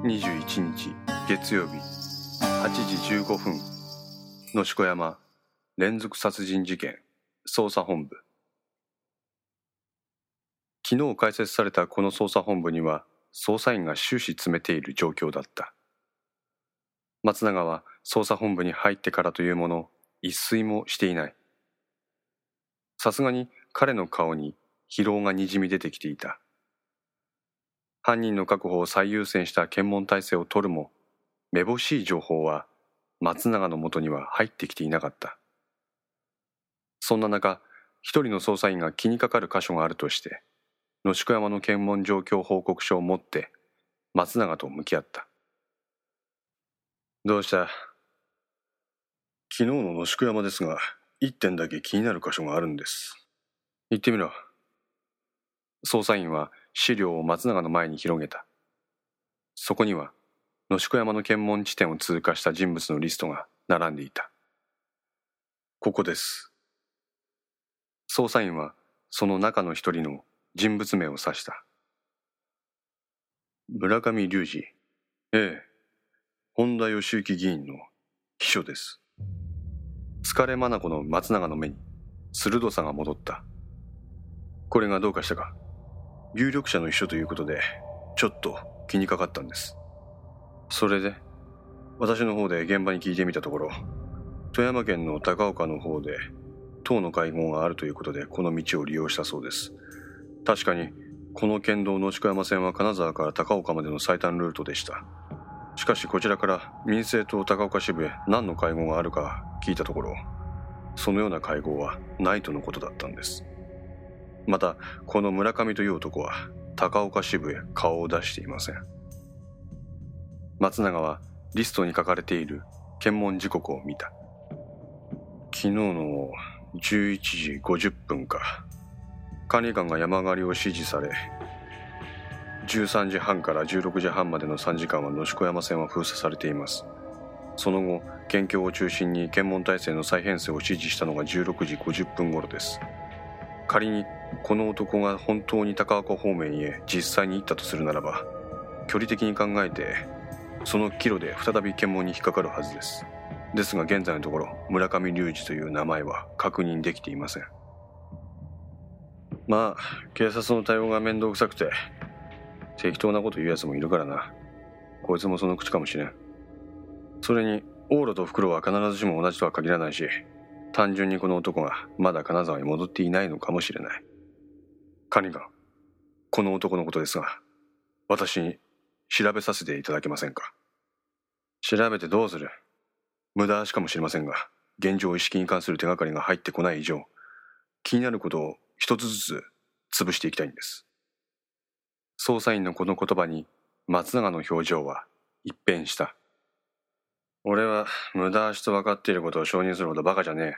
21日月曜日8時15分、野宿山連続殺人事件捜査本部。昨日開設されたこの捜査本部には捜査員が終始詰めている状況だった。松永は捜査本部に入ってからというもの一睡もしていない。さすがに彼の顔に疲労がにじみ出てきていた。犯人の確保を最優先した検問体制を取るも、めぼしい情報は松永のもとには入ってきていなかった。そんな中、一人の捜査員が気にかかる箇所があるとして、野宿山の検問状況報告書を持って松永と向き合った。どうした？昨日の野宿山ですが、一点だけ気になる箇所があるんです。言ってみろ。捜査員は資料を松永の前に広げた。そこには野宿山の検問地点を通過した人物のリストが並んでいた。ここです。捜査員はその中の一人の人物名を指した。村上隆二。ええ、本田義行議員の秘書です。疲れ眼の松永の目に鋭さが戻った。これがどうかしたか？有力者の秘書ということでちょっと気にかかったんです。それで私の方で現場に聞いてみたところ、富山県の高岡の方で党の会合があるということでこの道を利用したそうです。確かにこの県道野宿山線は金沢から高岡までの最短ルートでした。しかしこちらから民政党高岡支部へ何の会合があるか聞いたところ、そのような会合はないとのことだったんです。またこの村上という男は高岡支部へ顔を出していません。松永はリストに書かれている検問時刻を見た。昨日の11時50分か。管理官が山狩りを指示され、13時半から16時半までの3時間は野宿山線は封鎖されています。その後、県境を中心に検問体制の再編成を指示したのが16時50分頃です。仮にこの男が本当に高岡方面へ実際に行ったとするならば、距離的に考えてその帰路で再び検問に引っかかるはずです。ですが現在のところ村上隆二という名前は確認できていません。まあ警察の対応が面倒くさくて適当なこと言うやつもいるからな。こいつもその口かもしれん。それに往路と袋は必ずしも同じとは限らないし、単純にこの男がまだ金沢に戻っていないのかもしれない。管理官、この男のことですが、私に調べさせていただけませんか？調べてどうする？無駄足かもしれませんが、現状意識に関する手がかりが入ってこない以上、気になることを一つずつ潰していきたいんです。捜査員のこの言葉に松永の表情は一変した。俺は無駄足と分かっていることを承認するほどバカじゃねえ。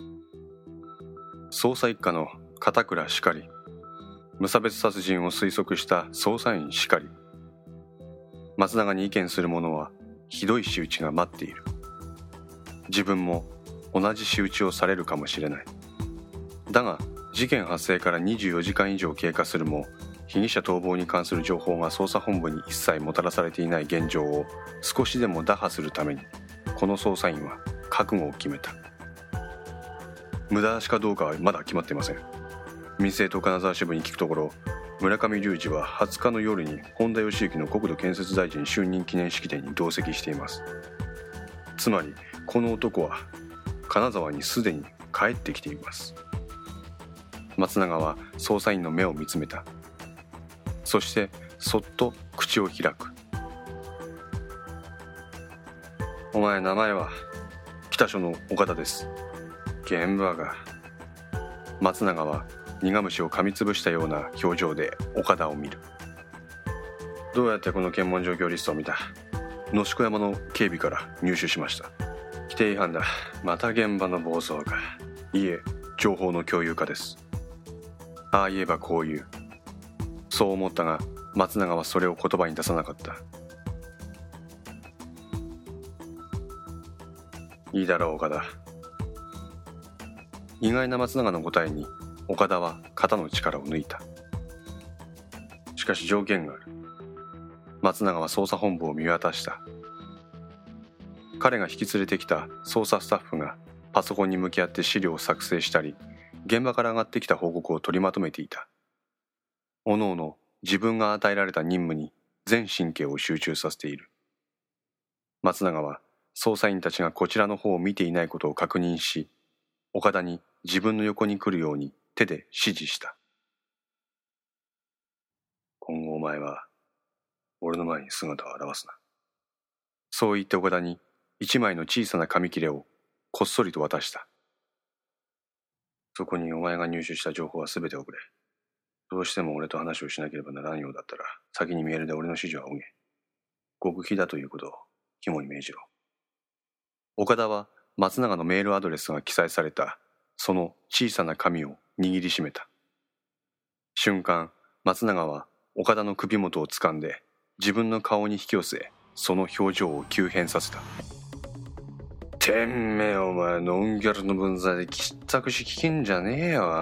捜査一課の片倉しかり、無差別殺人を推測した捜査員しかり、松永に意見する者はひどい仕打ちが待っている。自分も同じ仕打ちをされるかもしれない。だが事件発生から24時間以上経過するも、被疑者逃亡に関する情報が捜査本部に一切もたらされていない現状を少しでも打破するために、この捜査員は覚悟を決めた。無駄足かどうかはまだ決まっていません。民政党金沢支部に聞くところ、村上隆二は20日の夜に本田義行の国土建設大臣就任記念式典に同席しています。つまりこの男は金沢にすでに帰ってきています。松永は捜査員の目を見つめた。そしてそっと口を開く。お前名前は？北署の岡田です。現場が。松永は苦虫を噛みつぶしたような表情で岡田を見る。どうやってこの検問状況リストを見た？野宿山の警備から入手しました。規定違反だ。また現場の暴走か。いえ、情報の共有化です。ああ言えばこう言う。そう思ったが松永はそれを言葉に出さなかった。いいだろう岡田。意外な松永の答えに岡田は肩の力を抜いた。しかし条件がある。 松永は捜査本部を見渡した。彼が引き連れてきた捜査スタッフがパソコンに向き合って資料を作成したり、現場から上がってきた報告を取りまとめていた。おのおの自分が与えられた任務に全神経を集中させている。松永は捜査員たちがこちらの方を見ていないことを確認し、岡田に自分の横に来るように手で指示した。今後お前は俺の前に姿を現すな。そう言って岡田に一枚の小さな紙切れをこっそりと渡した。そこにお前が入手した情報は全て送れ。どうしても俺と話をしなければならんようだったら、先にメールで俺の指示は仰げ。極秘だということを肝に銘じろ。岡田は松永のメールアドレスが記載されたその小さな紙を握りしめた。瞬間、松永は岡田の首元を掴んで自分の顔に引き寄せ、その表情を急変させた。てめえお前、ノンギャルの分際できったくし聞けんじゃねえよ。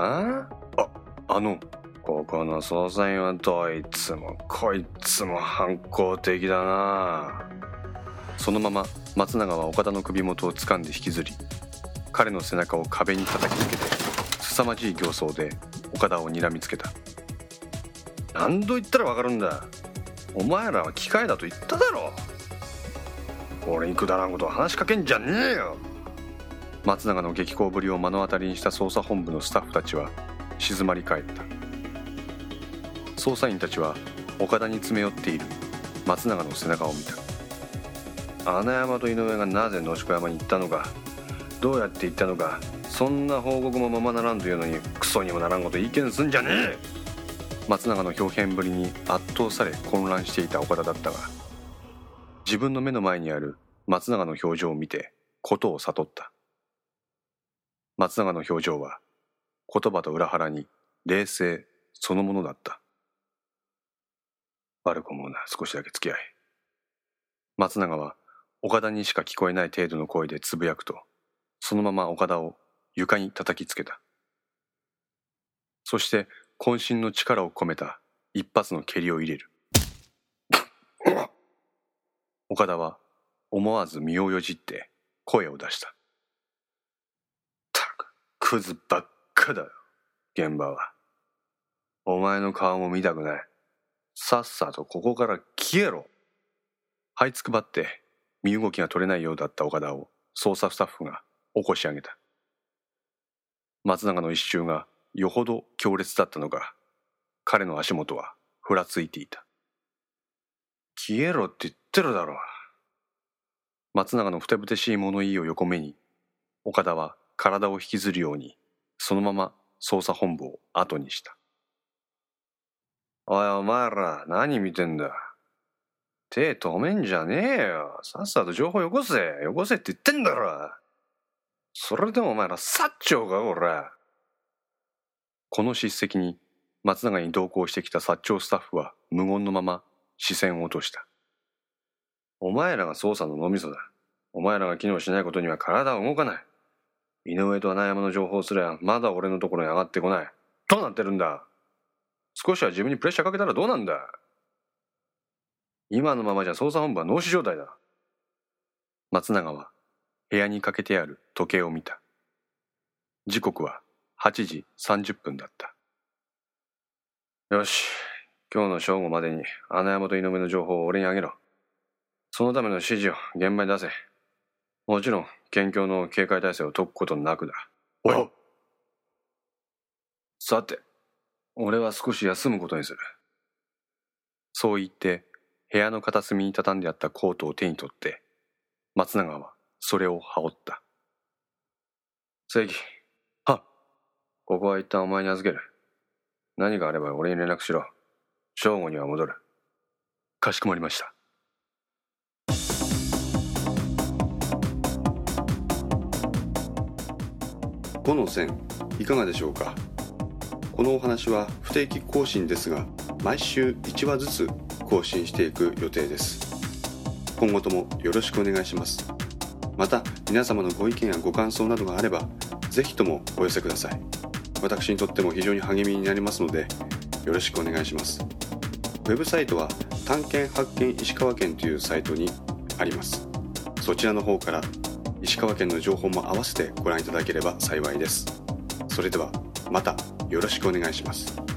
ここの捜査員はどいつもこいつも反抗的だな。そのまま松永は岡田の首元を掴んで引きずり、彼の背中を壁に叩きつけて凄まじい形相で岡田を睨みつけた。何度言ったらわかるんだ。お前らは機械だと言っただろ。俺にくだらんことを話しかけんじゃねえよ。松永の激高ぶりを目の当たりにした捜査本部のスタッフたちは静まり返った。捜査員たちは岡田に詰め寄っている松永の背中を見た。穴山と井上がなぜ野宿山に行ったのか、どうやって行ったのか、そんな報告もままならんというのにクソにもならんこと意見すんじゃねえ。松永の表現ぶりに圧倒され混乱していた岡田だったが、自分の目の前にある松永の表情を見て事を悟った。松永の表情は言葉と裏腹に冷静そのものだった。悪く思うな、少しだけ付き合い。松永は岡田にしか聞こえない程度の声でつぶやくと、そのまま岡田を床に叩きつけた。そして渾身の力を込めた一発の蹴りを入れる。岡田は思わず身をよじって声を出した。たく、クズばっかだよ、現場は。お前の顔も見たくない。さっさとここから消えろ。這いつくばって身動きが取れないようだった岡田を捜査スタッフが起こし上げた。松永の一蹴がよほど強烈だったのか、彼の足元はふらついていた。消えろって言ってるだろう。松永のふてぶてしい物言いを横目に、岡田は体を引きずるようにそのまま捜査本部を後にした。おいお前ら、何見てんだ。手止めんじゃねえよ。さっさと情報よこせって言ってんだろ。それでもお前ら薩長か、こら。この叱責に松永に同行してきた薩長スタッフは無言のまま視線を落とした。お前らが捜査の脳みそだ。お前らが機能しないことには体は動かない。井上と穴山の情報すらまだ俺のところに上がってこない。どうなってるんだ。少しは自分にプレッシャーかけたらどうなんだ。今のままじゃ捜査本部は脳死状態だ。松永は部屋にかけてある時計を見た。時刻は8時30分だった。よし、今日の正午までに穴山と井上の情報を俺にあげろ。そのための指示を現場に出せ。もちろん県境の警戒態勢を解くことなくだ。おい。さて、俺は少し休むことにする。そう言って部屋の片隅に畳んであったコートを手に取って松永はそれを羽織った。関、ここは一旦お前に預ける。何かあれば俺に連絡しろ。正午には戻る。かしこまりました。 5の線いかがでしょうか。このお話は不定期更新ですが、毎週1話ずつ更新していく予定です。今後ともよろしくお願いします。また皆様のご意見やご感想などがあれば、ぜひともお寄せください。私にとっても非常に励みになりますので、よろしくお願いします。 ウェブサイトは探検発見石川県というサイトにあります。そちらの方から石川県の情報も合わせてご覧いただければ幸いです。それではまたよろしくお願いします。